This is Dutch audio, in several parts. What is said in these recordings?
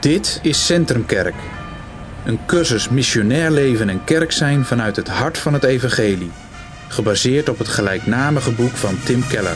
Dit is Centrumkerk. Een cursus missionair leven en kerk zijn vanuit het hart van het evangelie. Gebaseerd op het gelijknamige boek van Tim Keller.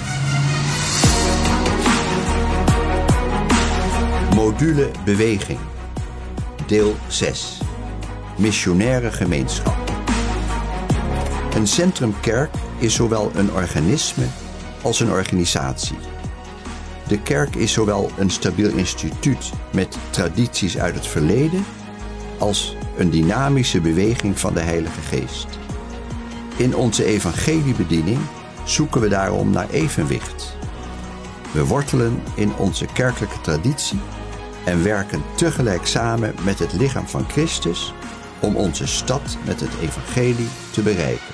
Module Beweging. Deel 6. Missionaire gemeenschap. Een centrumkerk is zowel een organisme als een organisatie. De kerk is zowel een stabiel instituut met tradities uit het verleden als een dynamische beweging van de Heilige Geest. In onze evangeliebediening zoeken we daarom naar evenwicht. We wortelen in onze kerkelijke traditie en werken tegelijk samen met het lichaam van Christus om onze stad met het evangelie te bereiken.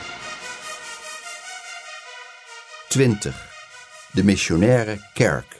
20. De missionaire kerk.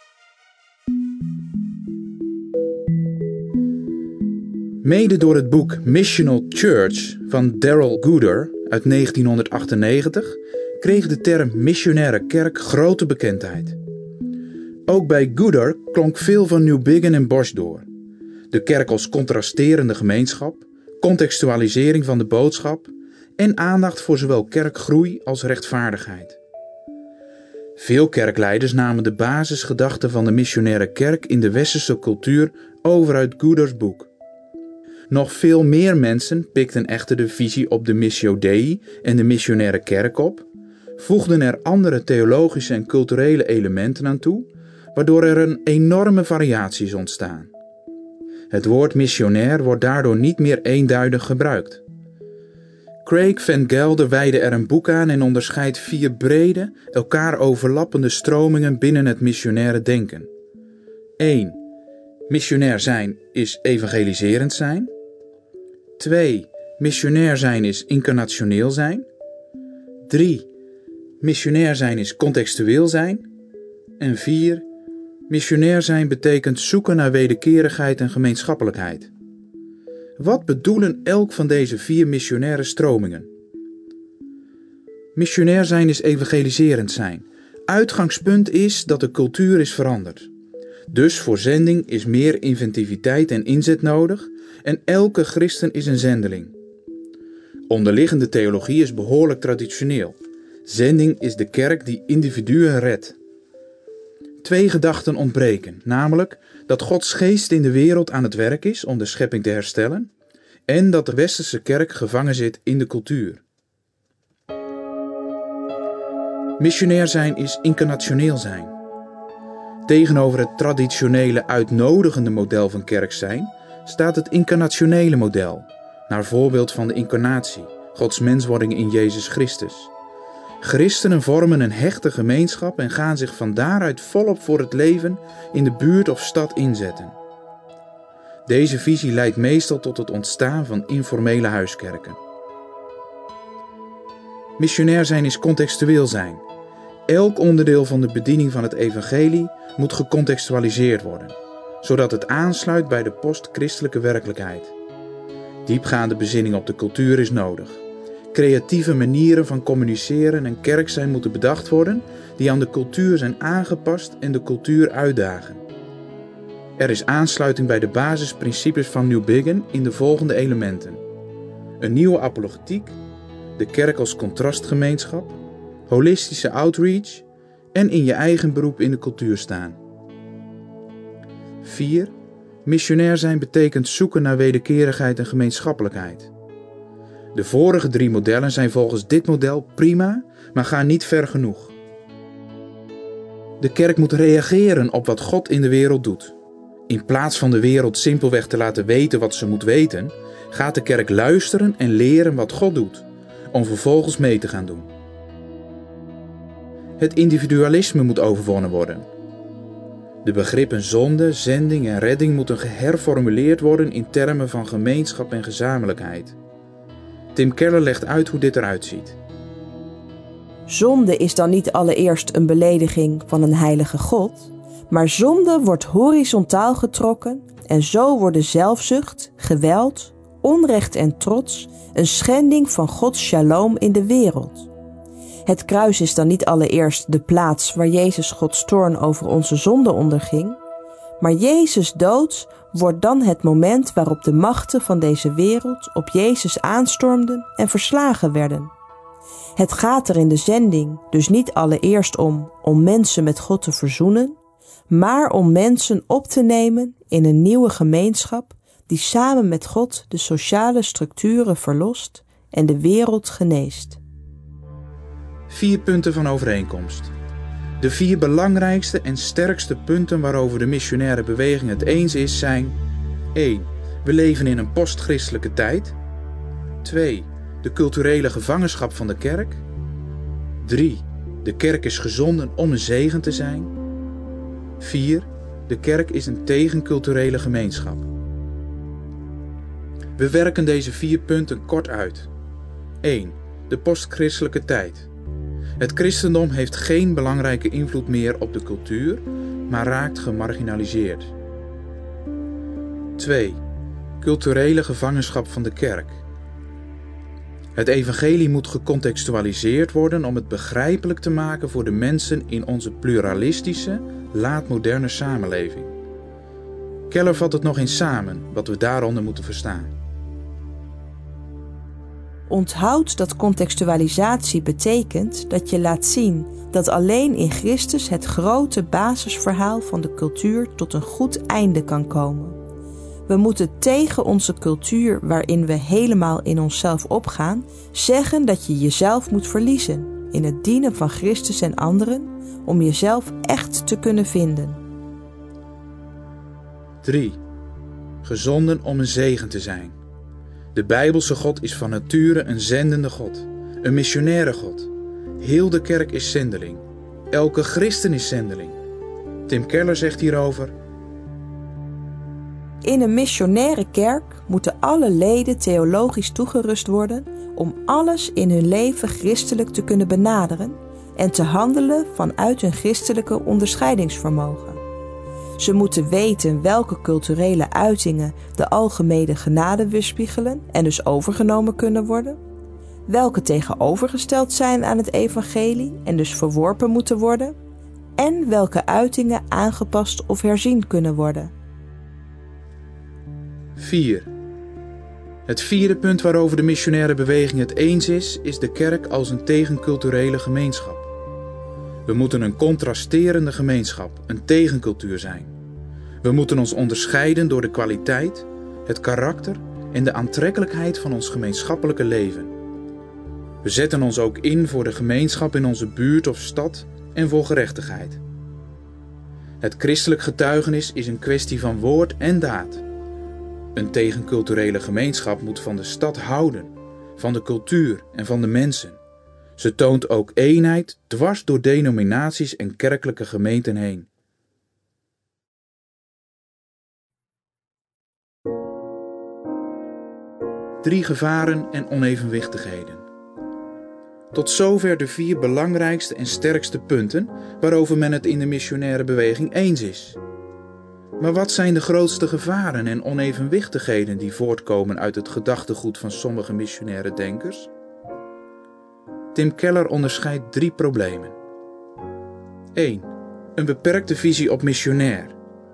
Mede door het boek Missional Church van Darrell Gooder uit 1998 kreeg de term missionaire kerk grote bekendheid. Ook bij Gooder klonk veel van New Begin en Bosch door. De kerk als contrasterende gemeenschap, contextualisering van de boodschap en aandacht voor zowel kerkgroei als rechtvaardigheid. Veel kerkleiders namen de basisgedachten van de missionaire kerk in de westerse cultuur over uit Gooders boek. Nog veel meer mensen pikten echter de visie op de Missio Dei en de missionaire kerk op, voegden er andere theologische en culturele elementen aan toe, waardoor er een enorme variaties ontstaan. Het woord missionair wordt daardoor niet meer eenduidig gebruikt. Craig Van Gelder wijde er een boek aan en onderscheidt 4 brede, elkaar overlappende stromingen binnen het missionaire denken. 1. Missionair zijn is evangeliserend zijn. 2. Missionair zijn is incarnationeel zijn. 3. Missionair zijn is contextueel zijn. En 4. Missionair zijn betekent zoeken naar wederkerigheid en gemeenschappelijkheid. Wat bedoelen elk van deze 4 missionaire stromingen? Missionair zijn is evangeliserend zijn. Uitgangspunt is dat de cultuur is veranderd. Dus voor zending is meer inventiviteit en inzet nodig en elke christen is een zendeling. Onderliggende theologie is behoorlijk traditioneel. Zending is de kerk die individuen redt. 2 gedachten ontbreken, namelijk dat Gods geest in de wereld aan het werk is om de schepping te herstellen en dat de westerse kerk gevangen zit in de cultuur. Missionair zijn is incarnationeel zijn. Tegenover het traditionele uitnodigende model van kerk zijn staat het incarnationele model, naar voorbeeld van de incarnatie, Gods menswording in Jezus Christus. Christenen vormen een hechte gemeenschap en gaan zich van daaruit volop voor het leven in de buurt of stad inzetten. Deze visie leidt meestal tot het ontstaan van informele huiskerken. Missionair zijn is contextueel zijn. Elk onderdeel van de bediening van het evangelie moet gecontextualiseerd worden, zodat het aansluit bij de postchristelijke werkelijkheid. Diepgaande bezinning op de cultuur is nodig. Creatieve manieren van communiceren en kerk zijn moeten bedacht worden die aan de cultuur zijn aangepast en de cultuur uitdagen. Er is aansluiting bij de basisprincipes van New Begin in de volgende elementen. Een nieuwe apologetiek, de kerk als contrastgemeenschap, holistische outreach en in je eigen beroep in de cultuur staan. 4. Missionair zijn betekent zoeken naar wederkerigheid en gemeenschappelijkheid. De vorige 3 modellen zijn volgens dit model prima, maar gaan niet ver genoeg. De kerk moet reageren op wat God in de wereld doet. In plaats van de wereld simpelweg te laten weten wat ze moet weten, gaat de kerk luisteren en leren wat God doet, om vervolgens mee te gaan doen. Het individualisme moet overwonnen worden. De begrippen zonde, zending en redding moeten geherformuleerd worden in termen van gemeenschap en gezamenlijkheid. Tim Keller legt uit hoe dit eruit ziet. Zonde is dan niet allereerst een belediging van een heilige God, maar zonde wordt horizontaal getrokken en zo worden zelfzucht, geweld, onrecht en trots een schending van Gods shalom in de wereld. Het kruis is dan niet allereerst de plaats waar Jezus Gods toorn over onze zonde onderging, Maar Jezus' dood wordt dan het moment waarop de machten van deze wereld op Jezus aanstormden en verslagen werden. Het gaat er in de zending dus niet allereerst om mensen met God te verzoenen, maar om mensen op te nemen in een nieuwe gemeenschap die samen met God de sociale structuren verlost en de wereld geneest. 4 punten van overeenkomst. De 4 belangrijkste en sterkste punten waarover de missionaire beweging het eens is zijn: 1. We leven in een postchristelijke tijd. 2. De culturele gevangenschap van de kerk. 3. De kerk is gezonden om een zegen te zijn. 4. De kerk is een tegenculturele gemeenschap. We werken deze 4 punten kort uit. 1. De postchristelijke tijd. Het christendom heeft geen belangrijke invloed meer op de cultuur, maar raakt gemarginaliseerd. 2. Culturele gevangenschap van de kerk. Het evangelie moet gecontextualiseerd worden om het begrijpelijk te maken voor de mensen in onze pluralistische, laatmoderne samenleving. Keller vat het nog eens samen, wat we daaronder moeten verstaan. Onthoud dat contextualisatie betekent dat je laat zien dat alleen in Christus het grote basisverhaal van de cultuur tot een goed einde kan komen. We moeten tegen onze cultuur, waarin we helemaal in onszelf opgaan, zeggen dat je jezelf moet verliezen in het dienen van Christus en anderen om jezelf echt te kunnen vinden. 3. Gezonden om een zegen te zijn. De Bijbelse God is van nature een zendende God, een missionaire God. Heel de kerk is zendeling. Elke christen is zendeling. Tim Keller zegt hierover: in een missionaire kerk moeten alle leden theologisch toegerust worden om alles in hun leven christelijk te kunnen benaderen en te handelen vanuit hun christelijke onderscheidingsvermogen. Ze moeten weten welke culturele uitingen de algemene genade weerspiegelen en dus overgenomen kunnen worden, welke tegenovergesteld zijn aan het evangelie en dus verworpen moeten worden, en welke uitingen aangepast of herzien kunnen worden. 4. Het 4e punt waarover de missionaire beweging het eens is de kerk als een tegenculturele gemeenschap. We moeten een contrasterende gemeenschap, een tegencultuur zijn. We moeten ons onderscheiden door de kwaliteit, het karakter en de aantrekkelijkheid van ons gemeenschappelijke leven. We zetten ons ook in voor de gemeenschap in onze buurt of stad en voor gerechtigheid. Het christelijk getuigenis is een kwestie van woord en daad. Een tegenculturele gemeenschap moet van de stad houden, van de cultuur en van de mensen. Ze toont ook eenheid dwars door denominaties en kerkelijke gemeenten heen. Drie gevaren en onevenwichtigheden. Tot zover de 4 belangrijkste en sterkste punten waarover men het in de missionaire beweging eens is. Maar wat zijn de grootste gevaren en onevenwichtigheden die voortkomen uit het gedachtegoed van sommige missionaire denkers? Tim Keller onderscheidt 3 problemen. 1. Een beperkte visie op missionair.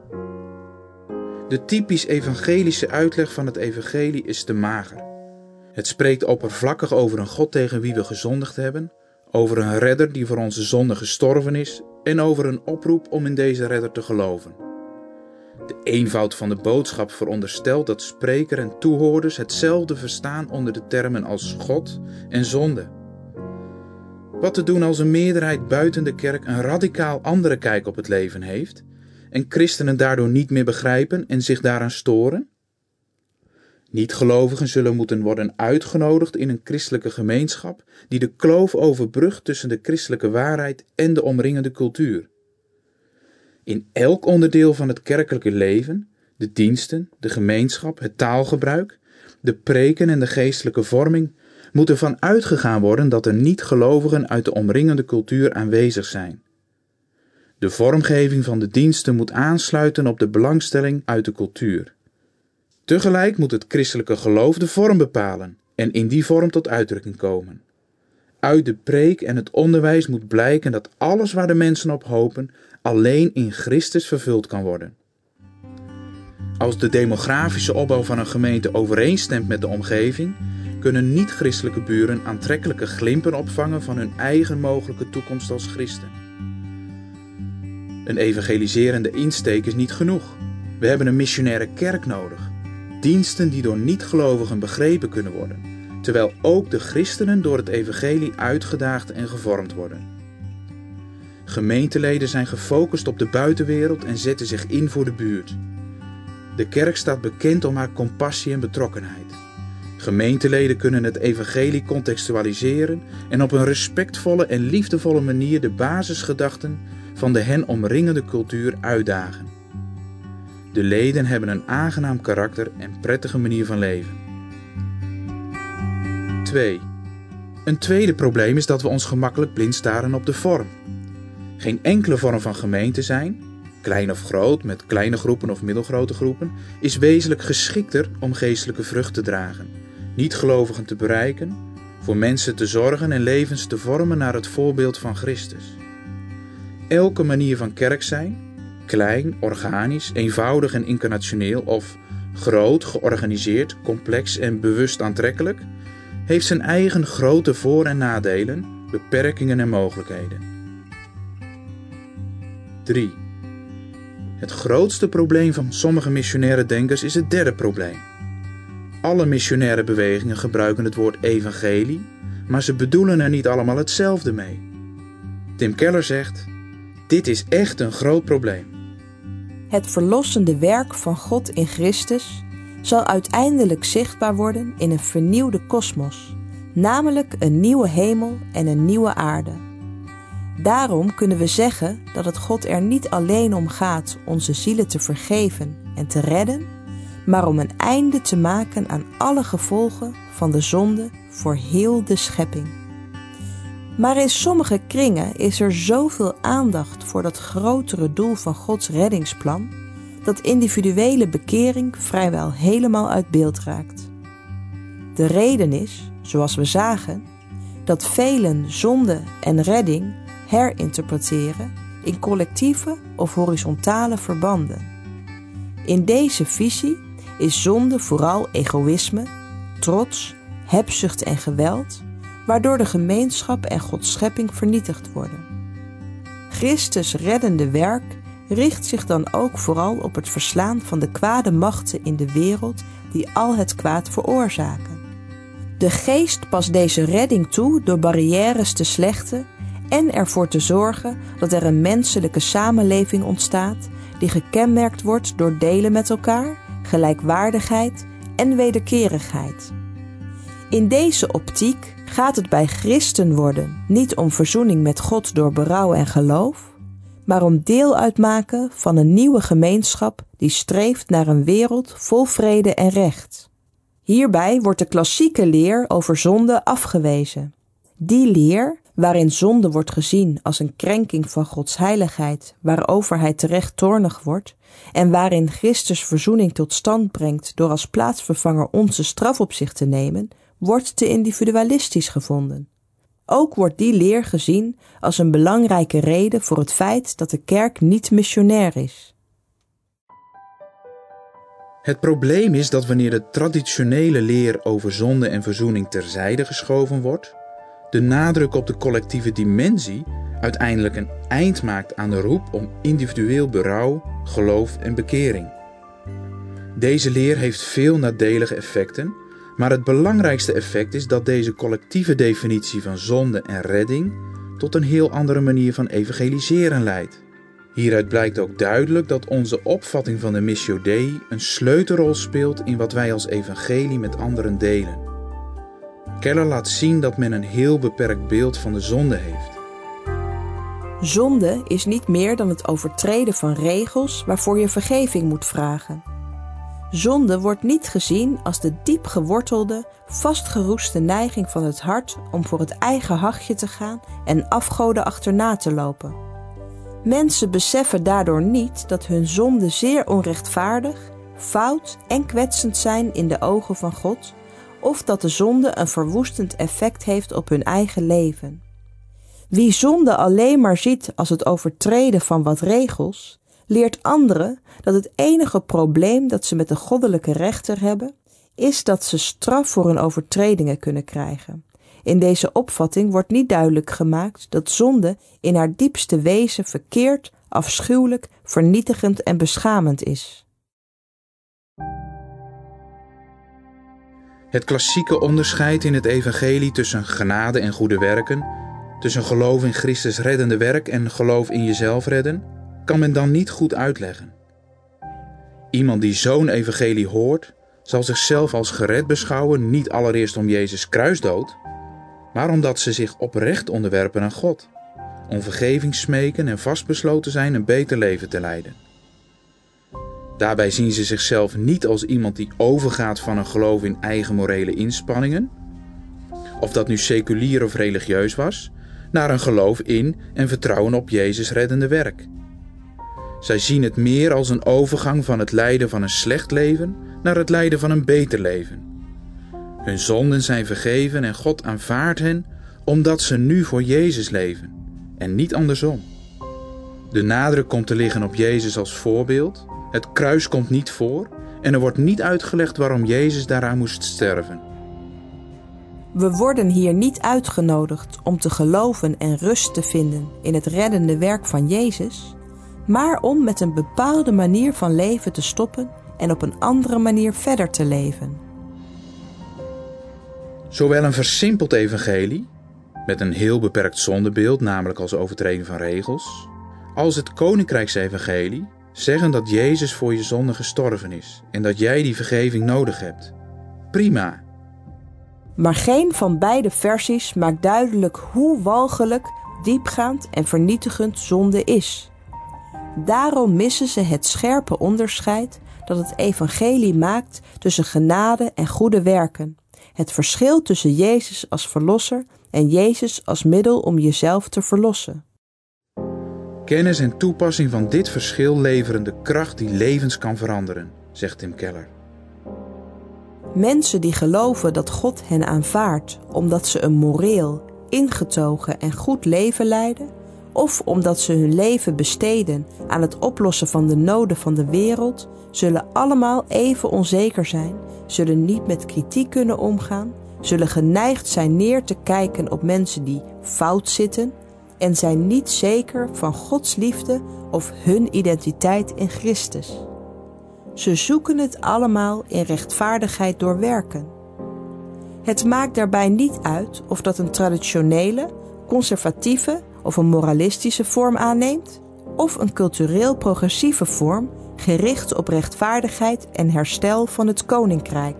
De typisch evangelische uitleg van het evangelie is te mager. Het spreekt oppervlakkig over een God tegen wie we gezondigd hebben, over een redder die voor onze zonde gestorven is en over een oproep om in deze redder te geloven. De eenvoud van de boodschap veronderstelt dat spreker en toehoorders hetzelfde verstaan onder de termen als God en zonde. Wat te doen als een meerderheid buiten de kerk een radicaal andere kijk op het leven heeft en christenen daardoor niet meer begrijpen en zich daaraan storen? Niet-gelovigen zullen moeten worden uitgenodigd in een christelijke gemeenschap die de kloof overbrugt tussen de christelijke waarheid en de omringende cultuur. In elk onderdeel van het kerkelijke leven, de diensten, de gemeenschap, het taalgebruik, de preken en de geestelijke vorming, moet ervan uitgegaan worden dat er niet-gelovigen uit de omringende cultuur aanwezig zijn. De vormgeving van de diensten moet aansluiten op de belangstelling uit de cultuur. Tegelijk moet het christelijke geloof de vorm bepalen en in die vorm tot uitdrukking komen. Uit de preek en het onderwijs moet blijken dat alles waar de mensen op hopen alleen in Christus vervuld kan worden. Als de demografische opbouw van een gemeente overeenstemt met de omgeving, kunnen niet-christelijke buren aantrekkelijke glimpen opvangen van hun eigen mogelijke toekomst als christen. Een evangeliserende insteek is niet genoeg. We hebben een missionaire kerk nodig. Diensten die door niet-gelovigen begrepen kunnen worden, terwijl ook de christenen door het evangelie uitgedaagd en gevormd worden. Gemeenteleden zijn gefocust op de buitenwereld en zetten zich in voor de buurt. De kerk staat bekend om haar compassie en betrokkenheid. Gemeenteleden kunnen het evangelie contextualiseren en op een respectvolle en liefdevolle manier de basisgedachten van de hen omringende cultuur uitdagen. De leden hebben een aangenaam karakter en prettige manier van leven. 2. Een tweede probleem is dat we ons gemakkelijk blind staren op de vorm. Geen enkele vorm van gemeente zijn, klein of groot, met kleine groepen of middelgrote groepen, is wezenlijk geschikter om geestelijke vrucht te dragen, niet-gelovigen te bereiken, voor mensen te zorgen en levens te vormen naar het voorbeeld van Christus. Elke manier van kerk zijn, klein, organisch, eenvoudig en incarnationeel of groot, georganiseerd, complex en bewust aantrekkelijk, heeft zijn eigen grote voor- en nadelen, beperkingen en mogelijkheden. 3. Het grootste probleem van sommige missionaire denkers is het derde probleem. Alle missionaire bewegingen gebruiken het woord evangelie, maar ze bedoelen er niet allemaal hetzelfde mee. Tim Keller zegt: dit is echt een groot probleem. Het verlossende werk van God in Christus zal uiteindelijk zichtbaar worden in een vernieuwde kosmos, namelijk een nieuwe hemel en een nieuwe aarde. Daarom kunnen we zeggen dat het God er niet alleen om gaat onze zielen te vergeven en te redden, maar om een einde te maken aan alle gevolgen van de zonde voor heel de schepping. Maar in sommige kringen is er zoveel aandacht voor dat grotere doel van Gods reddingsplan, dat individuele bekering vrijwel helemaal uit beeld raakt. De reden is, zoals we zagen, dat velen zonde en redding herinterpreteren in collectieve of horizontale verbanden. In deze visie is zonde vooral egoïsme, trots, hebzucht en geweld, waardoor de gemeenschap en Gods schepping vernietigd worden. Christus reddende werk richt zich dan ook vooral op het verslaan van de kwade machten in de wereld die al het kwaad veroorzaken. De geest past deze redding toe door barrières te slechten en ervoor te zorgen dat er een menselijke samenleving ontstaat die gekenmerkt wordt door delen met elkaar, gelijkwaardigheid en wederkerigheid. In deze optiek gaat het bij christen worden niet om verzoening met God door berouw en geloof, maar om deel uitmaken van een nieuwe gemeenschap die streeft naar een wereld vol vrede en recht. Hierbij wordt de klassieke leer over zonde afgewezen. Die leer, waarin zonde wordt gezien als een krenking van Gods heiligheid, waarover hij terecht toornig wordt, en waarin Christus verzoening tot stand brengt door als plaatsvervanger onze straf op zich te nemen, wordt te individualistisch gevonden. Ook wordt die leer gezien als een belangrijke reden voor het feit dat de kerk niet missionair is. Het probleem is dat wanneer de traditionele leer over zonde en verzoening terzijde geschoven wordt, de nadruk op de collectieve dimensie uiteindelijk een eind maakt aan de roep om individueel berouw, geloof en bekering. Deze leer heeft veel nadelige effecten, maar het belangrijkste effect is dat deze collectieve definitie van zonde en redding tot een heel andere manier van evangeliseren leidt. Hieruit blijkt ook duidelijk dat onze opvatting van de Missio Dei een sleutelrol speelt in wat wij als evangelie met anderen delen. Keller laat zien dat men een heel beperkt beeld van de zonde heeft. Zonde is niet meer dan het overtreden van regels waarvoor je vergeving moet vragen. Zonde wordt niet gezien als de diep gewortelde, vastgeroeste neiging van het hart om voor het eigen hachje te gaan en afgoden achterna te lopen. Mensen beseffen daardoor niet dat hun zonden zeer onrechtvaardig, fout en kwetsend zijn in de ogen van God, of dat de zonde een verwoestend effect heeft op hun eigen leven. Wie zonde alleen maar ziet als het overtreden van wat regels, leert anderen dat het enige probleem dat ze met de goddelijke rechter hebben, is dat ze straf voor hun overtredingen kunnen krijgen. In deze opvatting wordt niet duidelijk gemaakt dat zonde in haar diepste wezen verkeerd, afschuwelijk, vernietigend en beschamend is. Het klassieke onderscheid in het evangelie tussen genade en goede werken, tussen geloof in Christus reddende werk en geloof in jezelf redden, kan men dan niet goed uitleggen. Iemand die zo'n evangelie hoort, zal zichzelf als gered beschouwen, niet allereerst om Jezus' kruisdood, maar omdat ze zich oprecht onderwerpen aan God, om vergeving smeken en vastbesloten zijn een beter leven te leiden. Daarbij zien ze zichzelf niet als iemand die overgaat van een geloof in eigen morele inspanningen, of dat nu seculier of religieus was, naar een geloof in en vertrouwen op Jezus' reddende werk. Zij zien het meer als een overgang van het leiden van een slecht leven naar het leiden van een beter leven. Hun zonden zijn vergeven en God aanvaardt hen omdat ze nu voor Jezus leven en niet andersom. De nadruk komt te liggen op Jezus als voorbeeld, het kruis komt niet voor en er wordt niet uitgelegd waarom Jezus daaraan moest sterven. We worden hier niet uitgenodigd om te geloven en rust te vinden in het reddende werk van Jezus, maar om met een bepaalde manier van leven te stoppen en op een andere manier verder te leven. Zowel een versimpeld evangelie, met een heel beperkt zondebeeld, namelijk als overtreding van regels, als het koninkrijksevangelie zeggen dat Jezus voor je zonde gestorven is en dat jij die vergeving nodig hebt. Prima. Maar geen van beide versies maakt duidelijk hoe walgelijk, diepgaand en vernietigend zonde is. Daarom missen ze het scherpe onderscheid dat het evangelie maakt tussen genade en goede werken. Het verschil tussen Jezus als verlosser en Jezus als middel om jezelf te verlossen. Kennis en toepassing van dit verschil leveren de kracht die levens kan veranderen, zegt Tim Keller. Mensen die geloven dat God hen aanvaardt omdat ze een moreel, ingetogen en goed leven leiden, of omdat ze hun leven besteden aan het oplossen van de noden van de wereld, zullen allemaal even onzeker zijn, zullen niet met kritiek kunnen omgaan, zullen geneigd zijn neer te kijken op mensen die fout zitten en zijn niet zeker van Gods liefde of hun identiteit in Christus. Ze zoeken het allemaal in rechtvaardigheid door werken. Het maakt daarbij niet uit of dat een traditionele, conservatieve of een moralistische vorm aanneemt, of een cultureel progressieve vorm gericht op rechtvaardigheid en herstel van het koninkrijk.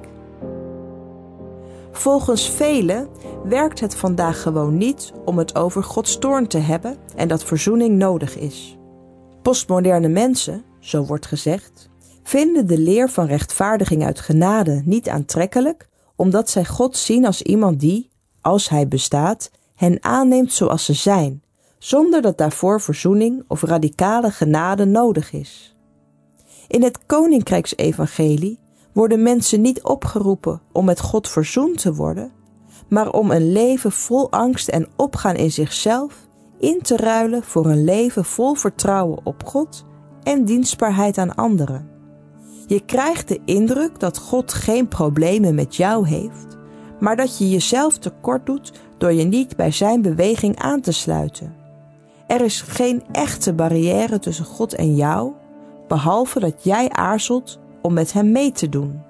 Volgens velen werkt het vandaag gewoon niet om het over Gods toorn te hebben en dat verzoening nodig is. Postmoderne mensen, zo wordt gezegd, vinden de leer van rechtvaardiging uit genade niet aantrekkelijk, omdat zij God zien als iemand die, als hij bestaat, hen aanneemt zoals ze zijn, zonder dat daarvoor verzoening of radicale genade nodig is. In het koninkrijksevangelie worden mensen niet opgeroepen om met God verzoend te worden, maar om een leven vol angst en opgaan in zichzelf in te ruilen voor een leven vol vertrouwen op God en dienstbaarheid aan anderen. Je krijgt de indruk dat God geen problemen met jou heeft, maar dat je jezelf tekort doet door je niet bij zijn beweging aan te sluiten. Er is geen echte barrière tussen God en jou, behalve dat jij aarzelt om met hem mee te doen.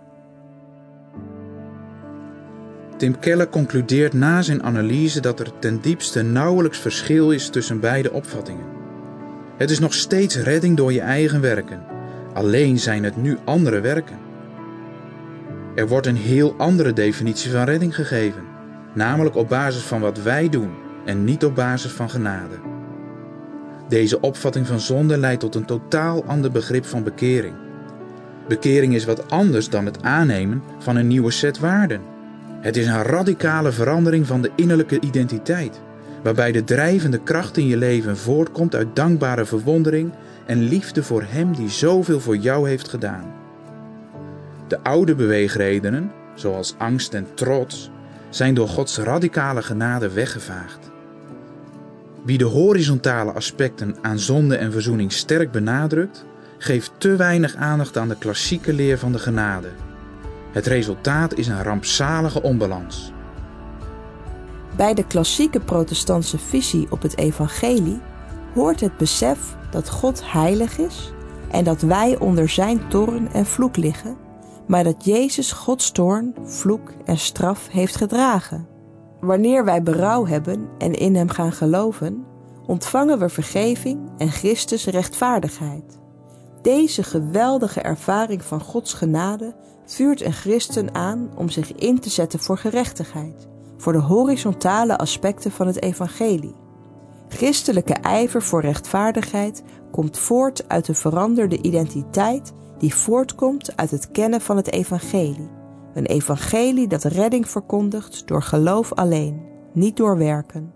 Tim Keller concludeert na zijn analyse dat er ten diepste nauwelijks verschil is tussen beide opvattingen. Het is nog steeds redding door je eigen werken, alleen zijn het nu andere werken. Er wordt een heel andere definitie van redding gegeven, namelijk op basis van wat wij doen en niet op basis van genade. Deze opvatting van zonde leidt tot een totaal ander begrip van bekering. Bekering is wat anders dan het aannemen van een nieuwe set waarden. Het is een radicale verandering van de innerlijke identiteit, waarbij de drijvende kracht in je leven voortkomt uit dankbare verwondering en liefde voor Hem die zoveel voor jou heeft gedaan. De oude beweegredenen, zoals angst en trots, zijn door Gods radicale genade weggevaagd. Wie de horizontale aspecten aan zonde en verzoening sterk benadrukt, geeft te weinig aandacht aan de klassieke leer van de genade. Het resultaat is een rampzalige onbalans. Bij de klassieke protestantse visie op het evangelie hoort het besef dat God heilig is en dat wij onder zijn toorn en vloek liggen, maar dat Jezus Gods toorn, vloek en straf heeft gedragen. Wanneer wij berouw hebben en in hem gaan geloven, ontvangen we vergeving en Christus rechtvaardigheid. Deze geweldige ervaring van Gods genade vuurt een christen aan om zich in te zetten voor gerechtigheid, voor de horizontale aspecten van het evangelie. Christelijke ijver voor rechtvaardigheid komt voort uit een veranderde identiteit die voortkomt uit het kennen van het evangelie. Een evangelie dat redding verkondigt door geloof alleen, niet door werken.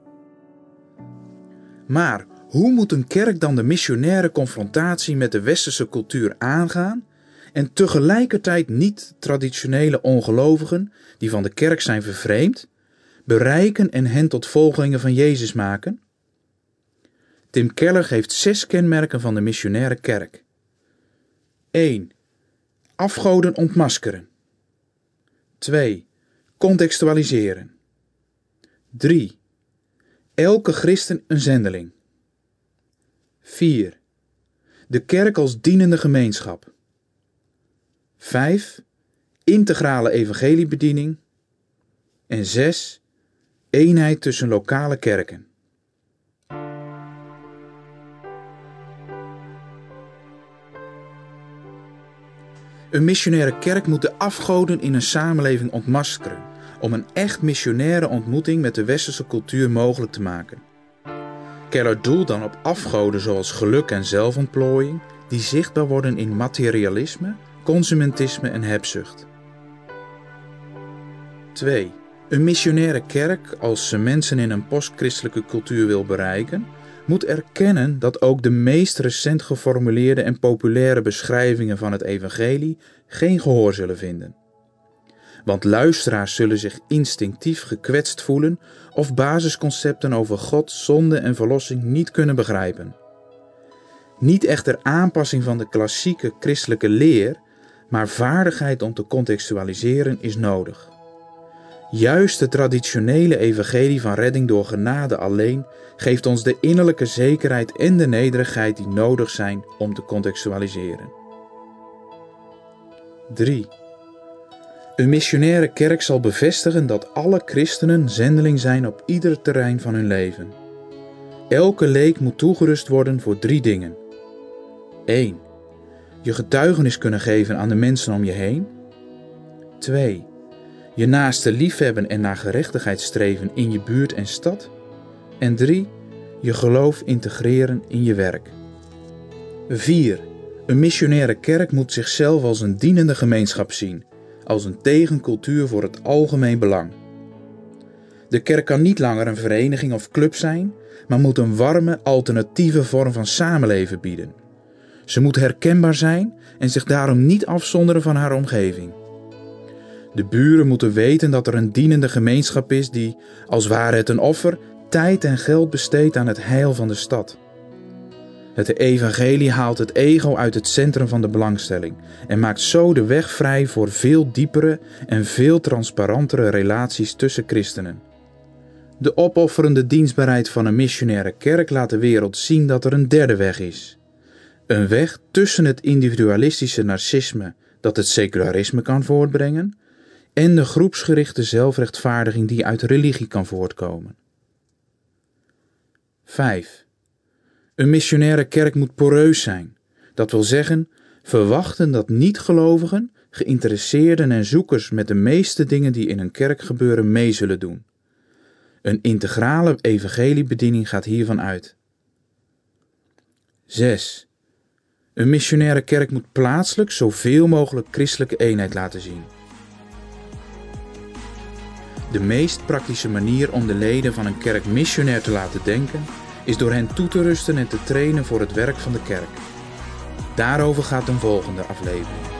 Maar hoe moet een kerk dan de missionaire confrontatie met de westerse cultuur aangaan en tegelijkertijd niet-traditionele ongelovigen die van de kerk zijn vervreemd, bereiken en hen tot volgelingen van Jezus maken? Tim Keller geeft 6 kenmerken van de missionaire kerk. 1. Afgoden ontmaskeren. 2. Contextualiseren. 3. Elke christen een zendeling. 4. De kerk als dienende gemeenschap. 5. Integrale evangeliebediening. En 6. Eenheid tussen lokale kerken. Een missionaire kerk moet de afgoden in een samenleving ontmaskeren om een echt missionaire ontmoeting met de westerse cultuur mogelijk te maken. Keller doelt dan op afgoden zoals geluk en zelfontplooiing die zichtbaar worden in materialisme, consumentisme en hebzucht. 2. Een missionaire kerk, als ze mensen in een postchristelijke cultuur wil bereiken, moet erkennen dat ook de meest recent geformuleerde en populaire beschrijvingen van het evangelie geen gehoor zullen vinden. Want luisteraars zullen zich instinctief gekwetst voelen of basisconcepten over God, zonde en verlossing niet kunnen begrijpen. Niet echter aanpassing van de klassieke christelijke leer, maar vaardigheid om te contextualiseren is nodig. Juist de traditionele evangelie van redding door genade alleen geeft ons de innerlijke zekerheid en de nederigheid die nodig zijn om te contextualiseren. 3. Een missionaire kerk zal bevestigen dat alle christenen zendeling zijn op ieder terrein van hun leven. Elke leek moet toegerust worden voor 3 dingen. 1. Je getuigenis kunnen geven aan de mensen om je heen. 2. Je naaste liefhebben en naar gerechtigheid streven in je buurt en stad. En 3. Je geloof integreren in je werk. 4. Een missionaire kerk moet zichzelf als een dienende gemeenschap zien, als een tegencultuur voor het algemeen belang. De kerk kan niet langer een vereniging of club zijn, maar moet een warme, alternatieve vorm van samenleven bieden. Ze moet herkenbaar zijn en zich daarom niet afzonderen van haar omgeving. De buren moeten weten dat er een dienende gemeenschap is die, als ware het een offer, tijd en geld besteedt aan het heil van de stad. Het evangelie haalt het ego uit het centrum van de belangstelling en maakt zo de weg vrij voor veel diepere en veel transparantere relaties tussen christenen. De opofferende dienstbaarheid van een missionaire kerk laat de wereld zien dat er een derde weg is. Een weg tussen het individualistische narcisme dat het secularisme kan voortbrengen en de groepsgerichte zelfrechtvaardiging die uit religie kan voortkomen. 5. Een missionaire kerk moet poreus zijn. Dat wil zeggen, verwachten dat niet-gelovigen, geïnteresseerden en zoekers met de meeste dingen die in een kerk gebeuren mee zullen doen. Een integrale evangeliebediening gaat hiervan uit. 6. Een missionaire kerk moet plaatselijk zoveel mogelijk christelijke eenheid laten zien. De meest praktische manier om de leden van een kerk missionair te laten denken is door hen toe te rusten en te trainen voor het werk van de kerk. Daarover gaat een volgende aflevering.